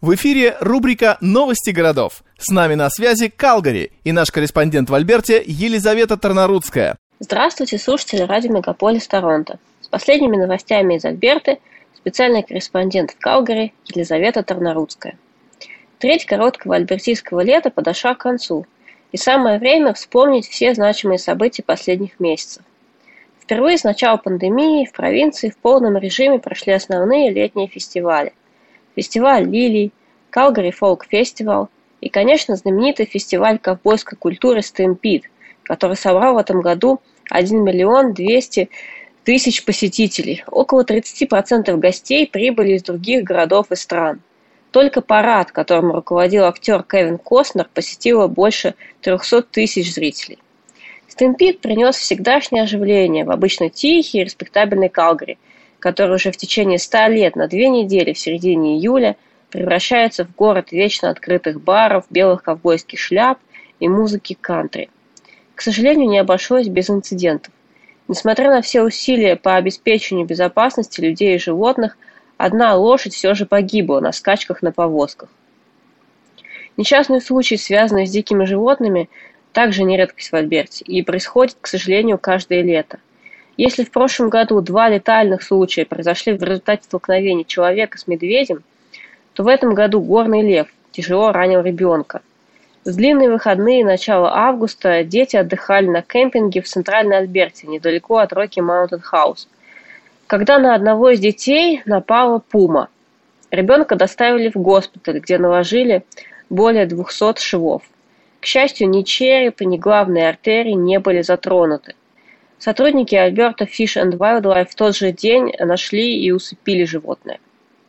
В эфире рубрика «Новости городов». С нами на связи Калгари и наш корреспондент в Альберте Елизавета Тарнарудская. Здравствуйте, слушатели радио Мегаполис Торонто. С последними новостями из Альберты специальный корреспондент в Калгари Елизавета Тарнарудская. Треть короткого альбертийского лета подошла к концу, и самое время вспомнить все значимые события последних месяцев. Впервые с начала пандемии в провинции в полном режиме прошли основные летние фестивали. Фестиваль лилий, Calgary Folk Festival и, конечно, знаменитый фестиваль ковбойской культуры Stampede, который собрал в этом году 1 200 000 посетителей. Около 30% гостей прибыли из других городов и стран. Только парад, которым руководил актер Кевин Костнер, посетило больше 300 000 зрителей. Stampede принес всегдашнее оживление в обычно тихий и респектабельный Калгари, который уже в течение 100 лет на 2 недели в середине июля превращается в город вечно открытых баров, белых ковбойских шляп и музыки кантри. К сожалению, не обошлось без инцидентов. Несмотря на все усилия по обеспечению безопасности людей и животных, одна лошадь все же погибла на скачках на повозках. Несчастные случаи, связанные с дикими животными, также не редкость в Альберте и происходят, к сожалению, каждое лето. Если в прошлом году 2 летальных случая произошли в результате столкновения человека с медведем, то в этом году горный лев тяжело ранил ребенка. В длинные выходные начала августа дети отдыхали на кемпинге в Центральной Альберте, недалеко от Rocky Mountain House, когда на одного из детей напала пума. Ребенка доставили в госпиталь, где наложили более 200 швов. К счастью, ни череп, ни главные артерии не были затронуты. Сотрудники Alberta Fish and Wildlife в тот же день нашли и усыпили животное.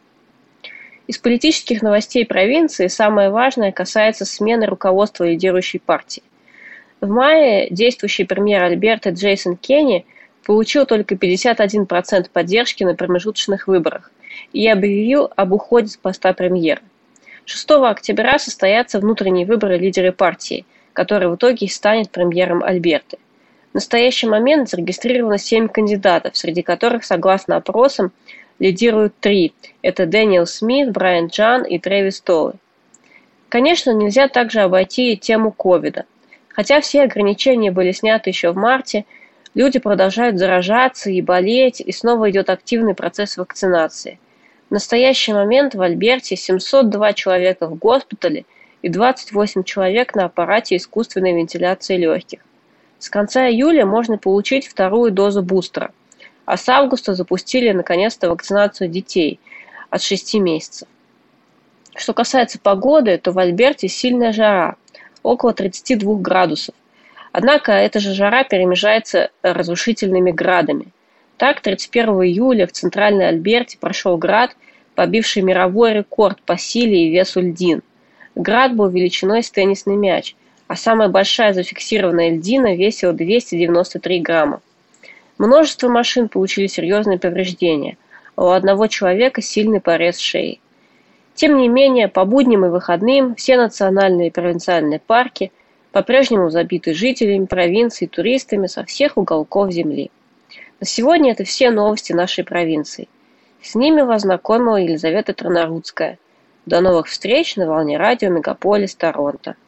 Из политических новостей провинции самое важное касается смены руководства лидирующей партии. В мае действующий премьер Альберты Джейсон Кенни получил только 51% поддержки на промежуточных выборах и объявил об уходе с поста премьера. 6 октября состоятся внутренние выборы лидера партии, который в итоге станет премьером Альберты. В настоящий момент зарегистрировано 7 кандидатов, среди которых, согласно опросам, лидируют 3. Это Дэниел Смит, Брайан Джан и Трэвис Толли. Конечно, нельзя также обойти и тему ковида. Хотя все ограничения были сняты еще в марте, люди продолжают заражаться и болеть, и снова идет активный процесс вакцинации. В настоящий момент в Альберте 702 человека в госпитале и 28 человек на аппарате искусственной вентиляции легких. С конца июля можно получить вторую дозу бустера, а с августа запустили наконец-то вакцинацию детей от 6 месяцев. Что касается погоды, то в Альберте сильная жара, около 32 градусов. Однако эта же жара перемежается разрушительными градами. Так, 31 июля в Центральной Альберте прошел град, побивший мировой рекорд по силе и весу льдин. Град был величиной с теннисный мяч, а самая большая зафиксированная льдина весила 293 грамма. Множество машин получили серьезные повреждения, а у одного человека сильный порез шеи. Тем не менее, по будням и выходным все национальные и провинциальные парки по-прежнему забиты жителями провинции и туристами со всех уголков земли. На сегодня это все новости нашей провинции. С ними вас знакомила Елизавета Тарнарудская. До новых встреч на волне радио Мегаполис Торонто.